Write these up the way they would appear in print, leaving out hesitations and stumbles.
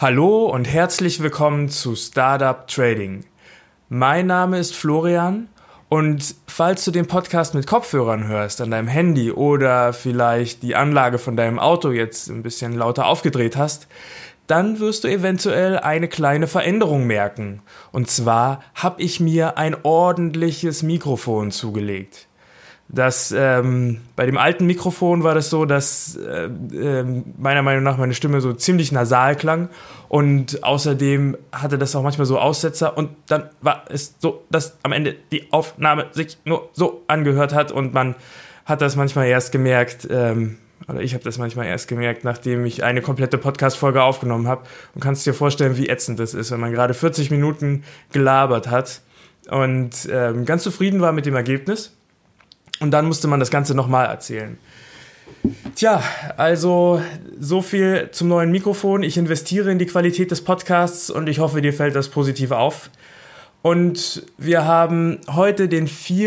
Hallo und herzlich willkommen zu Startup Trading. Mein Name ist Florian und falls du den Podcast mit Kopfhörern hörst an deinem Handy oder vielleicht die Anlage von deinem Auto jetzt ein bisschen lauter aufgedreht hast, dann wirst du eventuell eine kleine Veränderung merken. Und zwar habe ich mir ein ordentliches Mikrofon zugelegt. Bei dem alten Mikrofon war das so, dass meiner Meinung nach meine Stimme so ziemlich nasal klang und außerdem hatte das auch manchmal so Aussetzer und dann war es so, dass am Ende die Aufnahme sich nur so angehört hat und man hat das manchmal erst gemerkt, oder ich habe das manchmal erst gemerkt, nachdem ich eine komplette Podcast-Folge aufgenommen habe und kannst dir vorstellen, wie ätzend das ist, wenn man gerade 40 Minuten gelabert hat und ganz zufrieden war mit dem Ergebnis. Und dann musste man das Ganze nochmal erzählen. Tja, also so viel zum neuen Mikrofon. Ich investiere in die Qualität des Podcasts und ich hoffe, dir fällt das positiv auf. Und wir haben heute den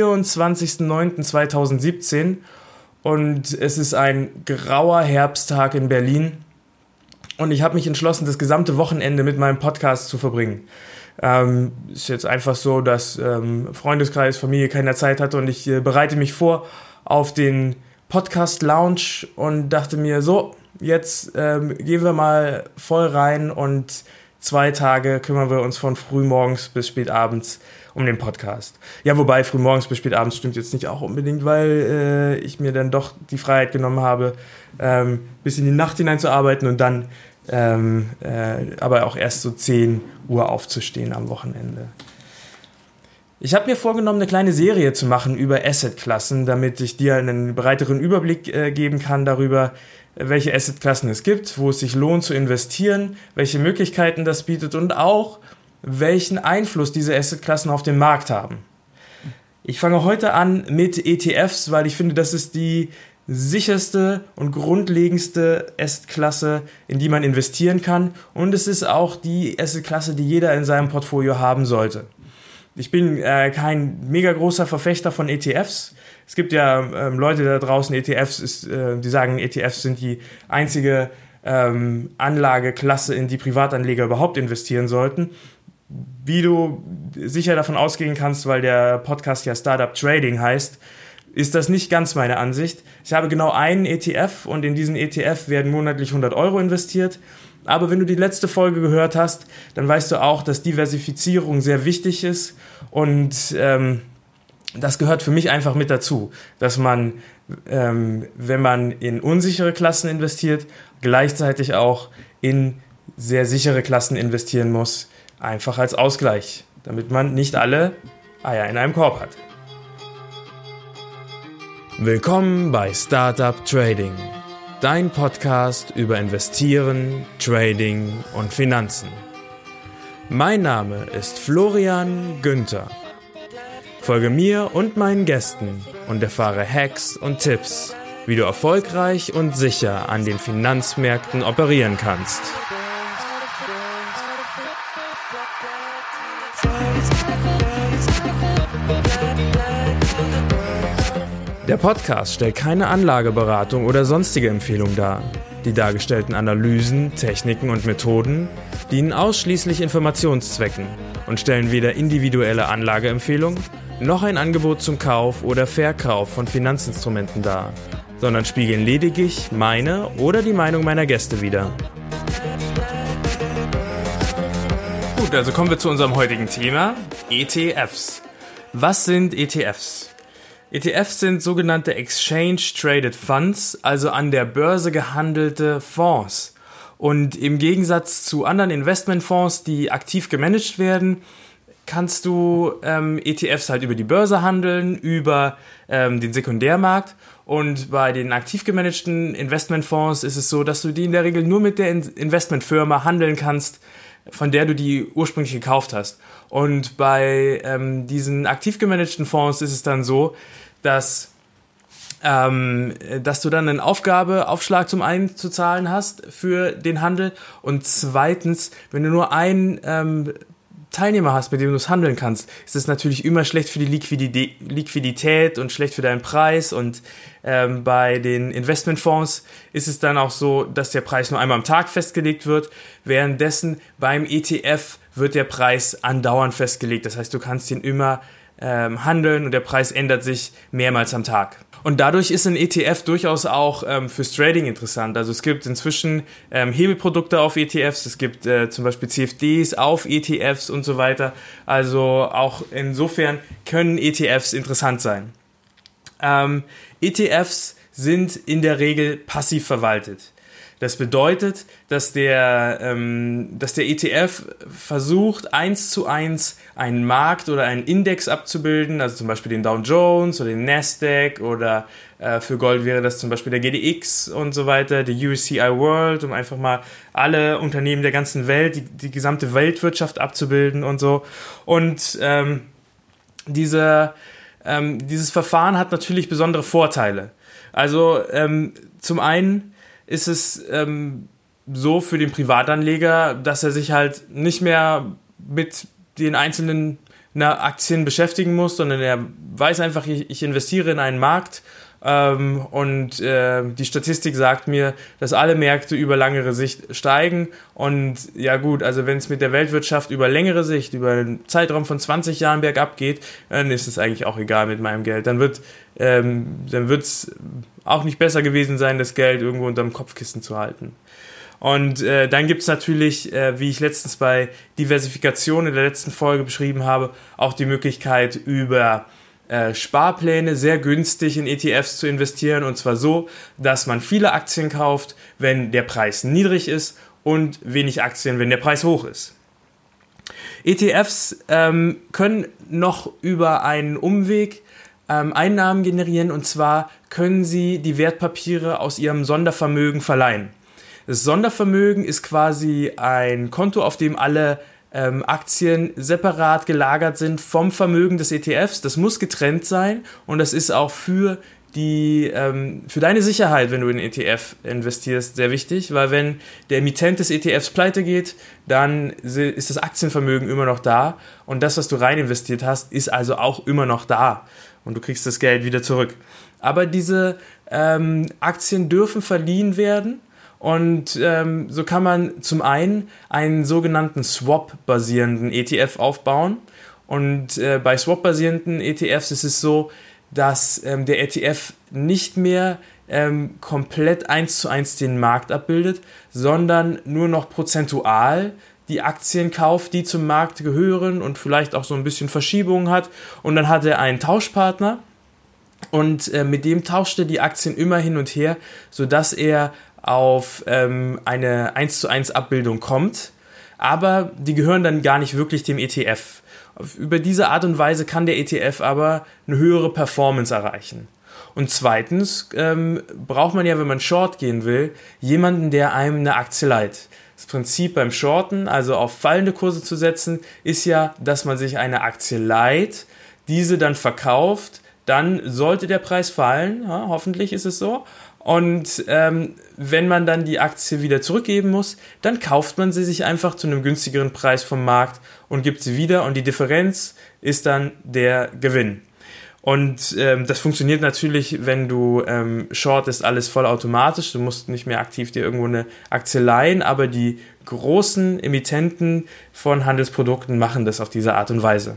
24.09.2017 und es ist ein grauer Herbsttag in Berlin. Und ich habe mich entschlossen, das gesamte Wochenende mit meinem Podcast zu verbringen. Ist jetzt einfach so, dass Freundeskreis, Familie keine Zeit hatte und ich bereite mich vor auf den Podcast-Lounge und dachte mir, so, jetzt gehen wir mal voll rein und 2 Tage kümmern wir uns von frühmorgens bis spät abends um den Podcast. Ja, wobei frühmorgens bis spät abends stimmt jetzt nicht auch unbedingt, weil ich mir dann doch die Freiheit genommen habe, bis in die Nacht hinein zu arbeiten und dann aber auch erst so 10 Uhr aufzustehen am Wochenende. Ich habe mir vorgenommen, eine kleine Serie zu machen über Assetklassen, damit ich dir einen breiteren Überblick geben kann darüber, welche Assetklassen es gibt, wo es sich lohnt zu investieren, welche Möglichkeiten das bietet und auch, welchen Einfluss diese Assetklassen auf den Markt haben. Ich fange heute an mit ETFs, weil ich finde, das ist die sicherste und grundlegendste Assetklasse, in die man investieren kann. Und es ist auch die Assetklasse, die jeder in seinem Portfolio haben sollte. Ich bin kein mega großer Verfechter von ETFs. Es gibt ja Leute da draußen, die sagen, ETFs sind die einzige Anlageklasse, in die Privatanleger überhaupt investieren sollten. Wie du sicher davon ausgehen kannst, weil der Podcast ja Startup Trading heißt, ist das nicht ganz meine Ansicht. Ich habe genau einen ETF und in diesen ETF werden monatlich 100 Euro investiert. Aber wenn du die letzte Folge gehört hast, dann weißt du auch, dass Diversifizierung sehr wichtig ist und das gehört für mich einfach mit dazu, dass man, wenn man in unsichere Klassen investiert, gleichzeitig auch in sehr sichere Klassen investieren muss, einfach als Ausgleich, damit man nicht alle Eier in einem Korb hat. Willkommen bei Startup Trading, dein Podcast über Investieren, Trading und Finanzen. Mein Name ist Florian Günther. Folge mir und meinen Gästen und erfahre Hacks und Tipps, wie du erfolgreich und sicher an den Finanzmärkten operieren kannst. Der Podcast stellt keine Anlageberatung oder sonstige Empfehlung dar. Die dargestellten Analysen, Techniken und Methoden dienen ausschließlich Informationszwecken und stellen weder individuelle Anlageempfehlung noch ein Angebot zum Kauf oder Verkauf von Finanzinstrumenten dar, sondern spiegeln lediglich meine oder die Meinung meiner Gäste wider. Gut, also kommen wir zu unserem heutigen Thema, ETFs. Was sind ETFs? ETFs sind sogenannte Exchange Traded Funds, also an der Börse gehandelte Fonds. Und im Gegensatz zu anderen Investmentfonds, die aktiv gemanagt werden, kannst du ETFs halt über die Börse handeln, über den Sekundärmarkt. Und bei den aktiv gemanagten Investmentfonds ist es so, dass du die in der Regel nur mit der Investmentfirma handeln kannst, von der du die ursprünglich gekauft hast. Und bei diesen aktiv gemanagten Fonds ist es dann so, dass du dann einen Aufschlag zum einen zu zahlen hast für den Handel und zweitens, wenn du nur ein Teilnehmer hast, mit dem du es handeln kannst, ist es natürlich immer schlecht für die Liquidität und schlecht für deinen Preis. Und bei den Investmentfonds ist es dann auch so, dass der Preis nur einmal am Tag festgelegt wird. Währenddessen beim ETF wird der Preis andauernd festgelegt. Das heißt, du kannst ihn immer handeln und der Preis ändert sich mehrmals am Tag. Und dadurch ist ein ETF durchaus auch fürs Trading interessant. Also es gibt inzwischen Hebelprodukte auf ETFs, es gibt zum Beispiel CFDs auf ETFs und so weiter. Also auch insofern können ETFs interessant sein. ETFs sind in der Regel passiv verwaltet. Das bedeutet, dass der ETF versucht, 1:1 einen Markt oder einen Index abzubilden, also zum Beispiel den Dow Jones oder den Nasdaq oder für Gold wäre das zum Beispiel der GDX und so weiter, der USCI World, um einfach mal alle Unternehmen der ganzen Welt, die gesamte Weltwirtschaft abzubilden und so. Und dieses Verfahren hat natürlich besondere Vorteile. Also zum einen ist es so für den Privatanleger, dass er sich halt nicht mehr mit den einzelnen Aktien beschäftigen muss, sondern er weiß einfach, ich investiere in einen Markt und die Statistik sagt mir, dass alle Märkte über längere Sicht steigen und ja gut, also wenn es mit der Weltwirtschaft über längere Sicht, über einen Zeitraum von 20 Jahren bergab geht, dann ist es eigentlich auch egal mit meinem Geld. Dann wird es auch nicht besser gewesen sein, das Geld irgendwo unterm Kopfkissen zu halten. Und dann gibt es natürlich, wie ich letztens bei Diversifikation in der letzten Folge beschrieben habe, auch die Möglichkeit über Sparpläne sehr günstig in ETFs zu investieren, und zwar so, dass man viele Aktien kauft, wenn der Preis niedrig ist und wenig Aktien, wenn der Preis hoch ist. ETFs können noch über einen Umweg Einnahmen generieren, und zwar können sie die Wertpapiere aus ihrem Sondervermögen verleihen. Das Sondervermögen ist quasi ein Konto, auf dem alle Aktien separat gelagert sind vom Vermögen des ETFs. Das muss getrennt sein und das ist auch für deine Sicherheit, wenn du in den ETF investierst, sehr wichtig, weil wenn der Emittent des ETFs pleite geht, dann ist das Aktienvermögen immer noch da und das, was du rein investiert hast, ist also auch immer noch da und du kriegst das Geld wieder zurück. Aber diese Aktien dürfen verliehen werden. Und so kann man zum einen einen sogenannten Swap-basierenden ETF aufbauen. Und bei Swap-basierenden ETFs ist es so, dass der ETF nicht mehr komplett 1:1 den Markt abbildet, sondern nur noch prozentual die Aktien kauft, die zum Markt gehören und vielleicht auch so ein bisschen Verschiebungen hat. Und dann hat er einen Tauschpartner und mit dem tauscht er die Aktien immer hin und her, sodass er auf eine 1:1 Abbildung kommt, aber die gehören dann gar nicht wirklich dem ETF. Über diese Art und Weise kann der ETF aber eine höhere Performance erreichen. Und zweitens braucht man ja, wenn man Short gehen will, jemanden, der einem eine Aktie leiht. Das Prinzip beim Shorten, also auf fallende Kurse zu setzen, ist ja, dass man sich eine Aktie leiht, diese dann verkauft, dann sollte der Preis fallen, ja, hoffentlich ist es so. Und wenn man dann die Aktie wieder zurückgeben muss, dann kauft man sie sich einfach zu einem günstigeren Preis vom Markt und gibt sie wieder und die Differenz ist dann der Gewinn. Und das funktioniert natürlich, wenn du shortest, alles vollautomatisch. Du musst nicht mehr aktiv dir irgendwo eine Aktie leihen, aber die großen Emittenten von Handelsprodukten machen das auf diese Art und Weise.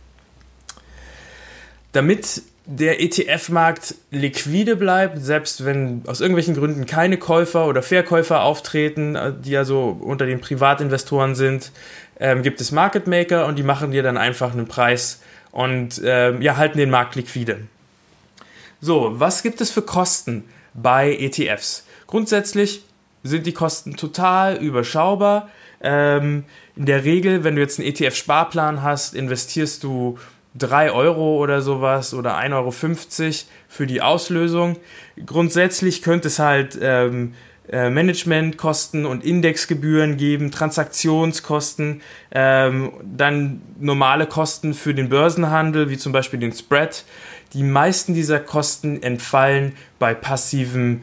Damit der ETF-Markt liquide bleibt, selbst wenn aus irgendwelchen Gründen keine Käufer oder Verkäufer auftreten, die ja so unter den Privatinvestoren sind, gibt es Market Maker und die machen dir dann einfach einen Preis und halten den Markt liquide. So, was gibt es für Kosten bei ETFs? Grundsätzlich sind die Kosten total überschaubar. In der Regel, wenn du jetzt einen ETF-Sparplan hast, investierst du 3 Euro oder sowas oder 1,50 Euro für die Auslösung. Grundsätzlich könnte es halt Managementkosten und Indexgebühren geben, Transaktionskosten, dann normale Kosten für den Börsenhandel, wie zum Beispiel den Spread. Die meisten dieser Kosten entfallen bei passiven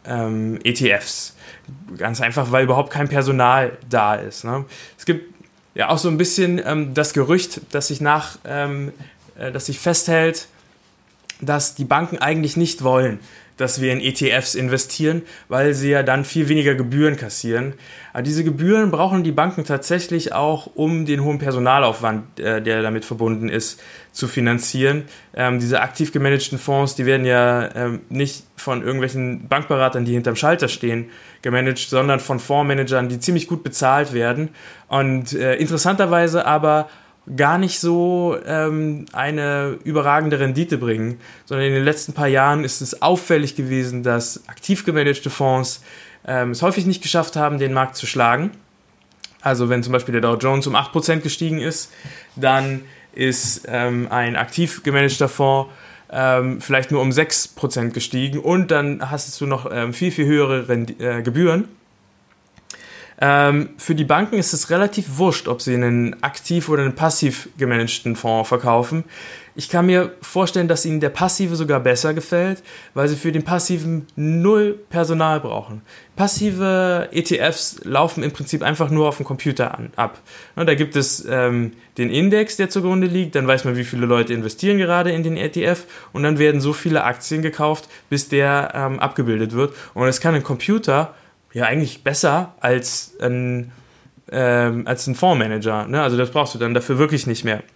ETFs. Ganz einfach, weil überhaupt kein Personal da ist. Ne? Es gibt ja auch so ein bisschen das Gerücht, dass sich festhält, dass die Banken eigentlich nicht wollen, dass wir in ETFs investieren, weil sie ja dann viel weniger Gebühren kassieren. Aber diese Gebühren brauchen die Banken tatsächlich auch, um den hohen Personalaufwand, der damit verbunden ist, zu finanzieren. Diese aktiv gemanagten Fonds, die werden ja nicht von irgendwelchen Bankberatern, die hinterm Schalter stehen, gemanagt, sondern von Fondsmanagern, die ziemlich gut bezahlt werden und interessanterweise aber gar nicht so eine überragende Rendite bringen, sondern in den letzten paar Jahren ist es auffällig gewesen, dass aktiv gemanagte Fonds es häufig nicht geschafft haben, den Markt zu schlagen. Also wenn zum Beispiel der Dow Jones um 8% gestiegen ist, dann ist ein aktiv gemanagter Fonds vielleicht nur um 6% gestiegen und dann hast du noch viel, viel höhere Gebühren. Für die Banken ist es relativ wurscht, ob sie einen aktiv oder einen passiv gemanagten Fonds verkaufen. Ich kann mir vorstellen, dass ihnen der passive sogar besser gefällt, weil sie für den passiven null Personal brauchen. Passive ETFs laufen im Prinzip einfach nur auf dem Computer ab. Da gibt es den Index, der zugrunde liegt, dann weiß man, wie viele Leute investieren gerade in den ETF und dann werden so viele Aktien gekauft, bis der abgebildet wird. Und es kann ein Computer ja eigentlich besser als ein Fondsmanager. Ne? Also das brauchst du dann dafür wirklich nicht mehr.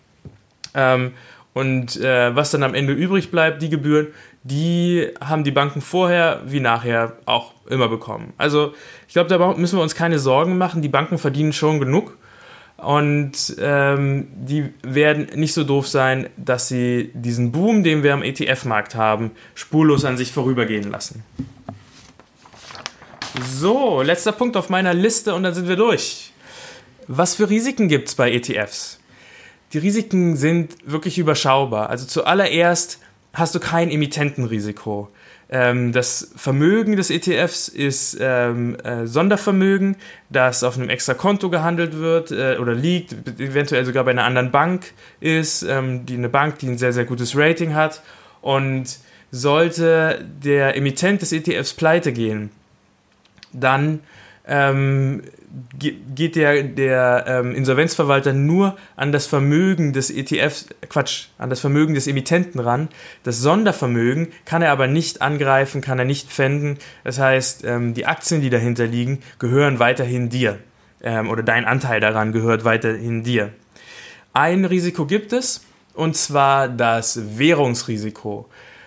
Was dann am Ende übrig bleibt, die Gebühren, die haben die Banken vorher wie nachher auch immer bekommen. Also ich glaube, da müssen wir uns keine Sorgen machen. Die Banken verdienen schon genug und die werden nicht so doof sein, dass sie diesen Boom, den wir am ETF-Markt haben, spurlos an sich vorübergehen lassen. So, letzter Punkt auf meiner Liste und dann sind wir durch. Was für Risiken gibt es bei ETFs? Die Risiken sind wirklich überschaubar. Also zuallererst hast du kein Emittentenrisiko. Das Vermögen des ETFs ist Sondervermögen, das auf einem extra Konto gehandelt wird oder liegt, eventuell sogar bei einer anderen Bank ist, eine Bank, die ein sehr, sehr gutes Rating hat. Und sollte der Emittent des ETFs pleite gehen, dann geht der Insolvenzverwalter nur an das Vermögen des an das Vermögen des Emittenten ran. Das Sondervermögen kann er aber nicht angreifen, kann er nicht pfänden. Das heißt, die Aktien, die dahinter liegen, gehören weiterhin dir. Oder dein Anteil daran gehört weiterhin dir. Ein Risiko gibt es, und zwar das Währungsrisiko.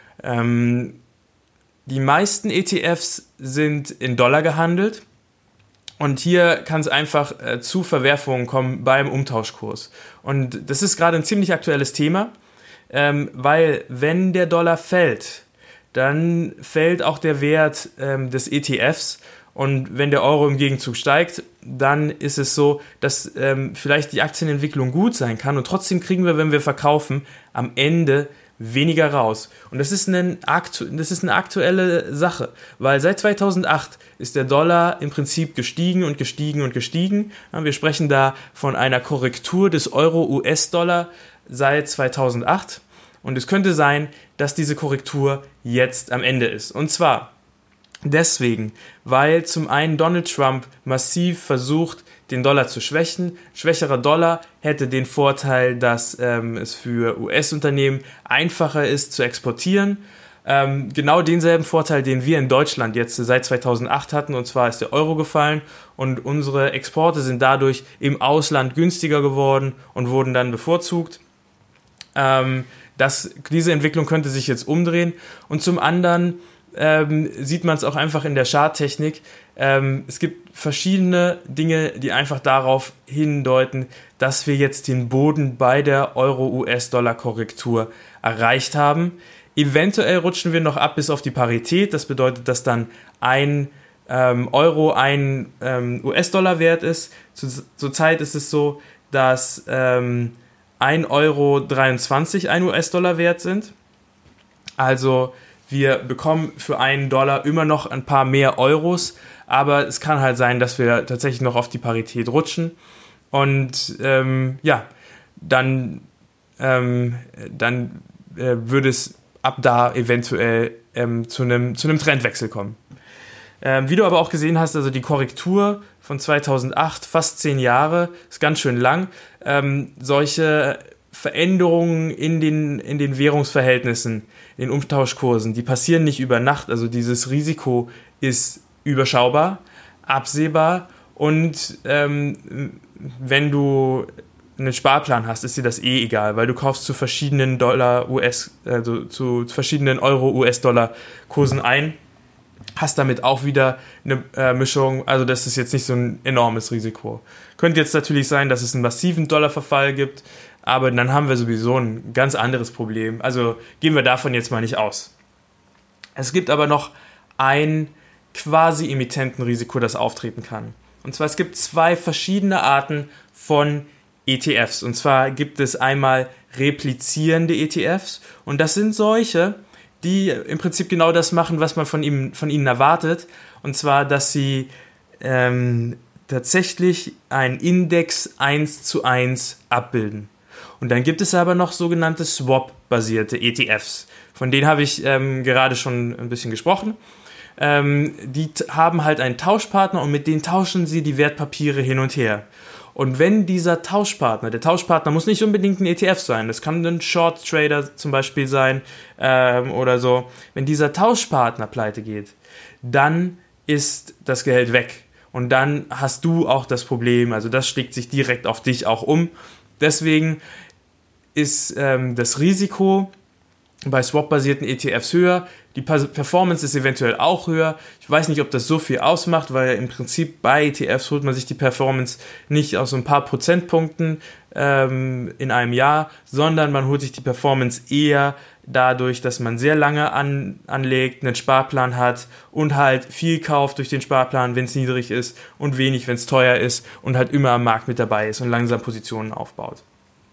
Die meisten ETFs sind in Dollar gehandelt und hier kann es einfach zu Verwerfungen kommen beim Umtauschkurs. Und das ist gerade ein ziemlich aktuelles Thema, weil wenn der Dollar fällt, dann fällt auch der Wert des ETFs und wenn der Euro im Gegenzug steigt, dann ist es so, dass vielleicht die Aktienentwicklung gut sein kann und trotzdem kriegen wir, wenn wir verkaufen, am Ende weniger raus. Und das ist eine aktuelle Sache, weil seit 2008 ist der Dollar im Prinzip gestiegen und gestiegen und gestiegen. Wir sprechen da von einer Korrektur des Euro-US-Dollar seit 2008 und es könnte sein, dass diese Korrektur jetzt am Ende ist. Und zwar deswegen, weil zum einen Donald Trump massiv versucht, den Dollar zu schwächen. Schwächerer Dollar hätte den Vorteil, dass es für US-Unternehmen einfacher ist zu exportieren. Genau denselben Vorteil, den wir in Deutschland jetzt seit 2008 hatten, und zwar ist der Euro gefallen und unsere Exporte sind dadurch im Ausland günstiger geworden und wurden dann bevorzugt. Diese Entwicklung könnte sich jetzt umdrehen und zum anderen sieht man es auch einfach in der Charttechnik. Es gibt verschiedene Dinge, die einfach darauf hindeuten, dass wir jetzt den Boden bei der Euro-US-Dollar-Korrektur erreicht haben. Eventuell rutschen wir noch ab bis auf die Parität. Das bedeutet, dass dann ein Euro ein US-Dollar wert ist. Zurzeit ist es so, dass 1,23 Euro ein US-Dollar wert sind. Also wir bekommen für einen Dollar immer noch ein paar mehr Euros, aber es kann halt sein, dass wir tatsächlich noch auf die Parität rutschen und dann würde es ab da eventuell zu einem Trendwechsel kommen. Wie du aber auch gesehen hast, also die Korrektur von 2008, fast 10 Jahre, ist ganz schön lang. Solche Veränderungen in den Währungsverhältnissen, in den Umtauschkursen, die passieren nicht über Nacht. Also dieses Risiko ist überschaubar, absehbar und wenn du einen Sparplan hast, ist dir das egal, weil du kaufst zu verschiedenen zu verschiedenen Euro-US-Dollar-Kursen ein, hast damit auch wieder eine Mischung, also das ist jetzt nicht so ein enormes Risiko. Könnte jetzt natürlich sein, dass es einen massiven Dollarverfall gibt, aber dann haben wir sowieso ein ganz anderes Problem. Also gehen wir davon jetzt mal nicht aus. Es gibt aber noch ein quasi Emittentenrisiko, das auftreten kann. Und zwar, es gibt 2 verschiedene Arten von ETFs. Und zwar gibt es einmal replizierende ETFs und das sind solche, die im Prinzip genau das machen, was man von ihnen erwartet. Und zwar, dass sie tatsächlich einen Index 1:1 abbilden. Und dann gibt es aber noch sogenannte Swap-basierte ETFs. Von denen habe ich gerade schon ein bisschen gesprochen. Die haben halt einen Tauschpartner und mit denen tauschen sie die Wertpapiere hin und her. Und wenn der Tauschpartner muss nicht unbedingt ein ETF sein, das kann ein Short Trader zum Beispiel sein oder so. Wenn dieser Tauschpartner pleite geht, dann ist das Geld weg. Und dann hast du auch das Problem, also das schlägt sich direkt auf dich auch um. Deswegen ist das Risiko bei swap-basierten ETFs höher. Die Performance ist eventuell auch höher. Ich weiß nicht, ob das so viel ausmacht, weil im Prinzip bei ETFs holt man sich die Performance nicht aus so ein paar Prozentpunkten in einem Jahr, sondern man holt sich die Performance eher dadurch, dass man sehr lange anlegt, einen Sparplan hat und halt viel kauft durch den Sparplan, wenn es niedrig ist und wenig, wenn es teuer ist und halt immer am Markt mit dabei ist und langsam Positionen aufbaut.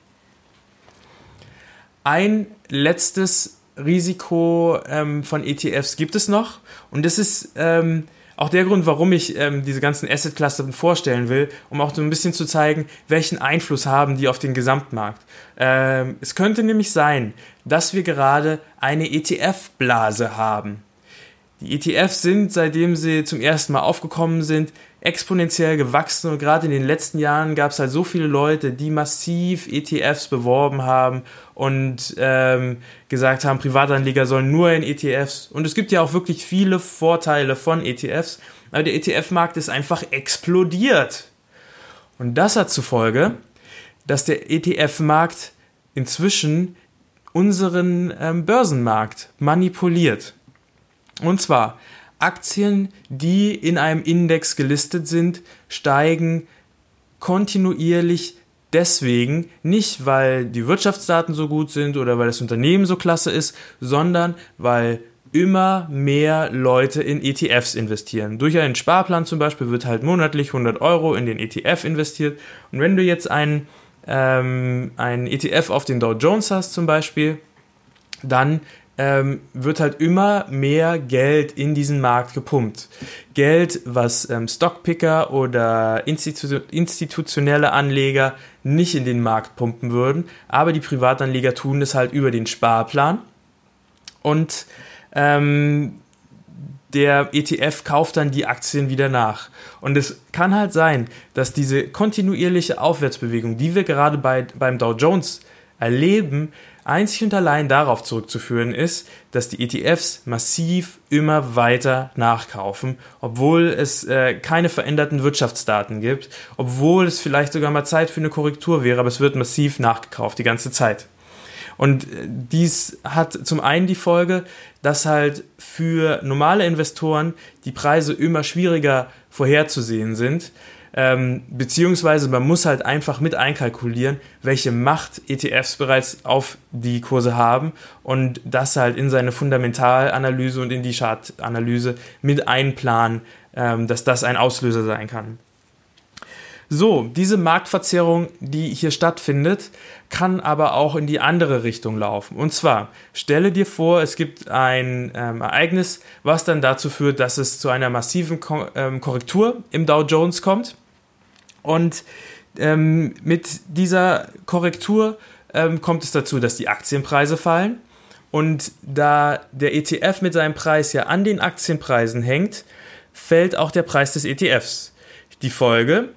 Ein letztes Risiko von ETFs gibt es noch und das ist auch der Grund, warum ich diese ganzen Asset-Cluster vorstellen will, um auch so ein bisschen zu zeigen, welchen Einfluss haben die auf den Gesamtmarkt. Es könnte nämlich sein, dass wir gerade eine ETF-Blase haben. Die ETFs sind, seitdem sie zum ersten Mal aufgekommen sind, exponentiell gewachsen und gerade in den letzten Jahren gab es halt so viele Leute, die massiv ETFs beworben haben und gesagt haben, Privatanleger sollen nur in ETFs, und es gibt ja auch wirklich viele Vorteile von ETFs, aber der ETF-Markt ist einfach explodiert. Und das hat zur Folge, dass der ETF-Markt inzwischen unseren Börsenmarkt manipuliert. Und zwar Aktien, die in einem Index gelistet sind, steigen kontinuierlich deswegen, nicht weil die Wirtschaftsdaten so gut sind oder weil das Unternehmen so klasse ist, sondern weil immer mehr Leute in ETFs investieren. Durch einen Sparplan zum Beispiel wird halt monatlich 100 € in den ETF investiert. Und wenn du jetzt einen ETF auf den Dow Jones hast zum Beispiel, dann wird halt immer mehr Geld in diesen Markt gepumpt. Geld, was Stockpicker oder institutionelle Anleger nicht in den Markt pumpen würden, aber die Privatanleger tun das halt über den Sparplan und der ETF kauft dann die Aktien wieder nach. Und es kann halt sein, dass diese kontinuierliche Aufwärtsbewegung, die wir gerade beim Dow Jones erleben, einzig und allein darauf zurückzuführen ist, dass die ETFs massiv immer weiter nachkaufen, obwohl es keine veränderten Wirtschaftsdaten gibt, obwohl es vielleicht sogar mal Zeit für eine Korrektur wäre, aber es wird massiv nachgekauft die ganze Zeit. Und dies hat zum einen die Folge, dass halt für normale Investoren die Preise immer schwieriger vorherzusehen sind, beziehungsweise man muss halt einfach mit einkalkulieren, welche Macht ETFs bereits auf die Kurse haben und das halt in seine Fundamentalanalyse und in die Chartanalyse mit einplanen, dass das ein Auslöser sein kann. So, diese Marktverzerrung, die hier stattfindet, kann aber auch in die andere Richtung laufen. Und zwar, stelle dir vor, es gibt ein Ereignis, was dann dazu führt, dass es zu einer massiven Korrektur im Dow Jones kommt. Und mit dieser Korrektur kommt es dazu, dass die Aktienpreise fallen. Und da der ETF mit seinem Preis ja an den Aktienpreisen hängt, fällt auch der Preis des ETFs. Die Folge: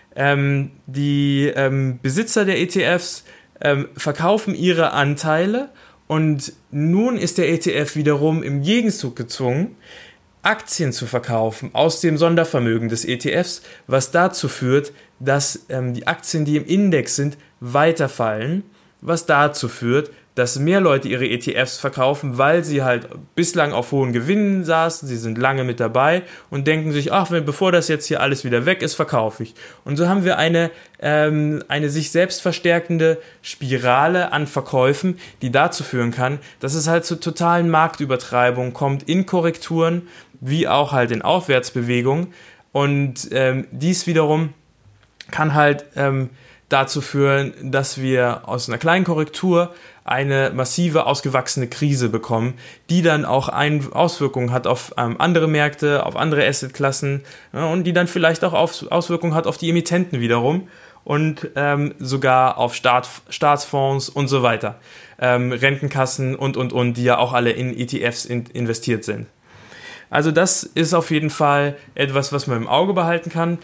die Besitzer der ETFs verkaufen ihre Anteile und nun ist der ETF wiederum im Gegenzug gezwungen, Aktien zu verkaufen aus dem Sondervermögen des ETFs, was dazu führt, dass die Aktien, die im Index sind, weiterfallen, was dazu führt, dass mehr Leute ihre ETFs verkaufen, weil sie halt bislang auf hohen Gewinnen saßen, sie sind lange mit dabei und denken sich, bevor das jetzt hier alles wieder weg ist, verkaufe ich. Und so haben wir eine sich selbst verstärkende Spirale an Verkäufen, die dazu führen kann, dass es halt zu totalen Marktübertreibungen kommt, in Korrekturen, wie auch halt in Aufwärtsbewegungen. Und dies wiederum kann halt dazu führen, dass wir aus einer kleinen Korrektur eine massive, ausgewachsene Krise bekommen, die dann auch Auswirkungen hat auf andere Märkte, auf andere Assetklassen, und die dann vielleicht auch Auswirkungen hat auf die Emittenten wiederum und sogar auf Staatsfonds und so weiter, Rentenkassen und, die ja auch alle in ETFs investiert sind. Also das ist auf jeden Fall etwas, was man im Auge behalten kann.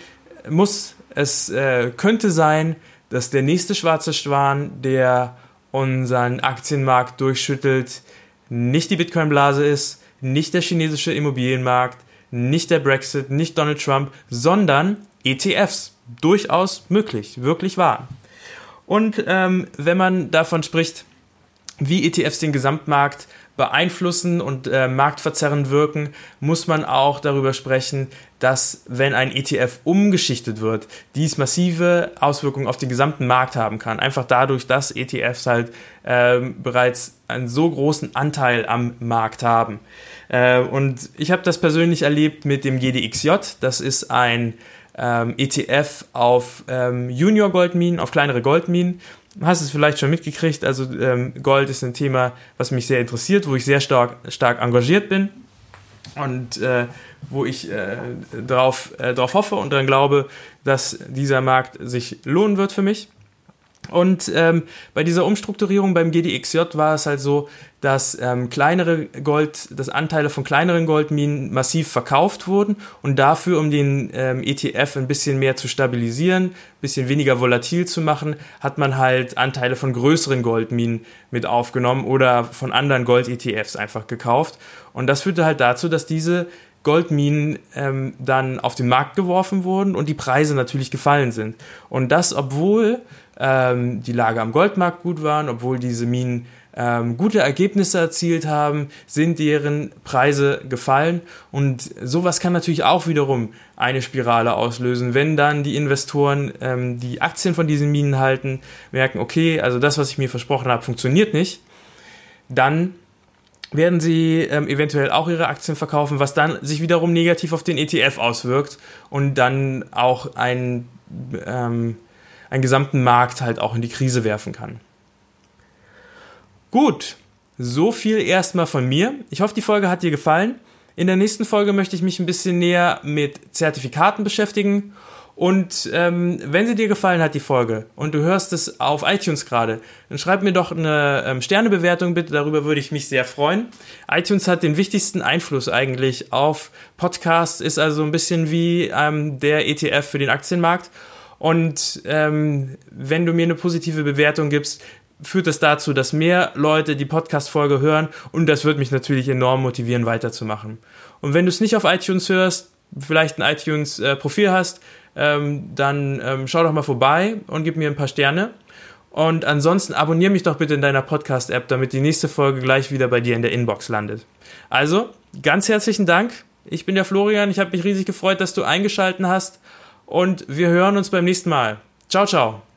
Es könnte sein, dass der nächste schwarze Schwan, der unseren Aktienmarkt durchschüttelt, nicht die Bitcoin-Blase ist, nicht der chinesische Immobilienmarkt, nicht der Brexit, nicht Donald Trump, sondern ETFs. Durchaus möglich, wirklich wahr. Und wenn man davon spricht, wie ETFs den Gesamtmarkt beeinflussen und marktverzerrend wirken, muss man auch darüber sprechen, dass, wenn ein ETF umgeschichtet wird, dies massive Auswirkungen auf den gesamten Markt haben kann. Einfach dadurch, dass ETFs halt bereits einen so großen Anteil am Markt haben. Und ich habe das persönlich erlebt mit dem GDXJ. Das ist ein ETF auf Junior Goldminen, auf kleinere Goldminen. Du hast es vielleicht schon mitgekriegt, also Gold ist ein Thema, was mich sehr interessiert, wo ich sehr stark engagiert bin und wo ich darauf hoffe und dann glaube, dass dieser Markt sich lohnen wird für mich. Und bei dieser Umstrukturierung beim GDXJ war es halt so, dass dass Anteile von kleineren Goldminen massiv verkauft wurden und dafür, um den ETF ein bisschen mehr zu stabilisieren, ein bisschen weniger volatil zu machen, hat man halt Anteile von größeren Goldminen mit aufgenommen oder von anderen Gold-ETFs einfach gekauft. Und das führte halt dazu, dass diese Goldminen dann auf den Markt geworfen wurden und die Preise natürlich gefallen sind. Und das, obwohl die Lage am Goldmarkt gut waren, obwohl diese Minen gute Ergebnisse erzielt haben, sind deren Preise gefallen. Und sowas kann natürlich auch wiederum eine Spirale auslösen, wenn dann die Investoren die Aktien von diesen Minen halten, merken, okay, also das, was ich mir versprochen habe, funktioniert nicht, dann werden sie eventuell auch ihre Aktien verkaufen, was dann sich wiederum negativ auf den ETF auswirkt und dann auch einen gesamten Markt halt auch in die Krise werfen kann. Gut, so viel erstmal von mir. Ich hoffe, die Folge hat dir gefallen. In der nächsten Folge möchte ich mich ein bisschen näher mit Zertifikaten beschäftigen. Und wenn sie dir gefallen hat, die Folge, und du hörst es auf iTunes gerade, dann schreib mir doch eine Sternebewertung bitte, darüber würde ich mich sehr freuen. iTunes hat den wichtigsten Einfluss eigentlich auf Podcasts, ist also ein bisschen wie der ETF für den Aktienmarkt. Und wenn du mir eine positive Bewertung gibst, führt das dazu, dass mehr Leute die Podcast-Folge hören und das wird mich natürlich enorm motivieren, weiterzumachen. Und wenn du es nicht auf iTunes hörst, vielleicht ein iTunes-Profil hast, dann schau doch mal vorbei und gib mir ein paar Sterne. Und ansonsten abonniere mich doch bitte in deiner Podcast-App, damit die nächste Folge gleich wieder bei dir in der Inbox landet. Also, ganz herzlichen Dank. Ich bin der Florian. Ich habe mich riesig gefreut, dass du eingeschaltet hast. Und wir hören uns beim nächsten Mal. Ciao, ciao.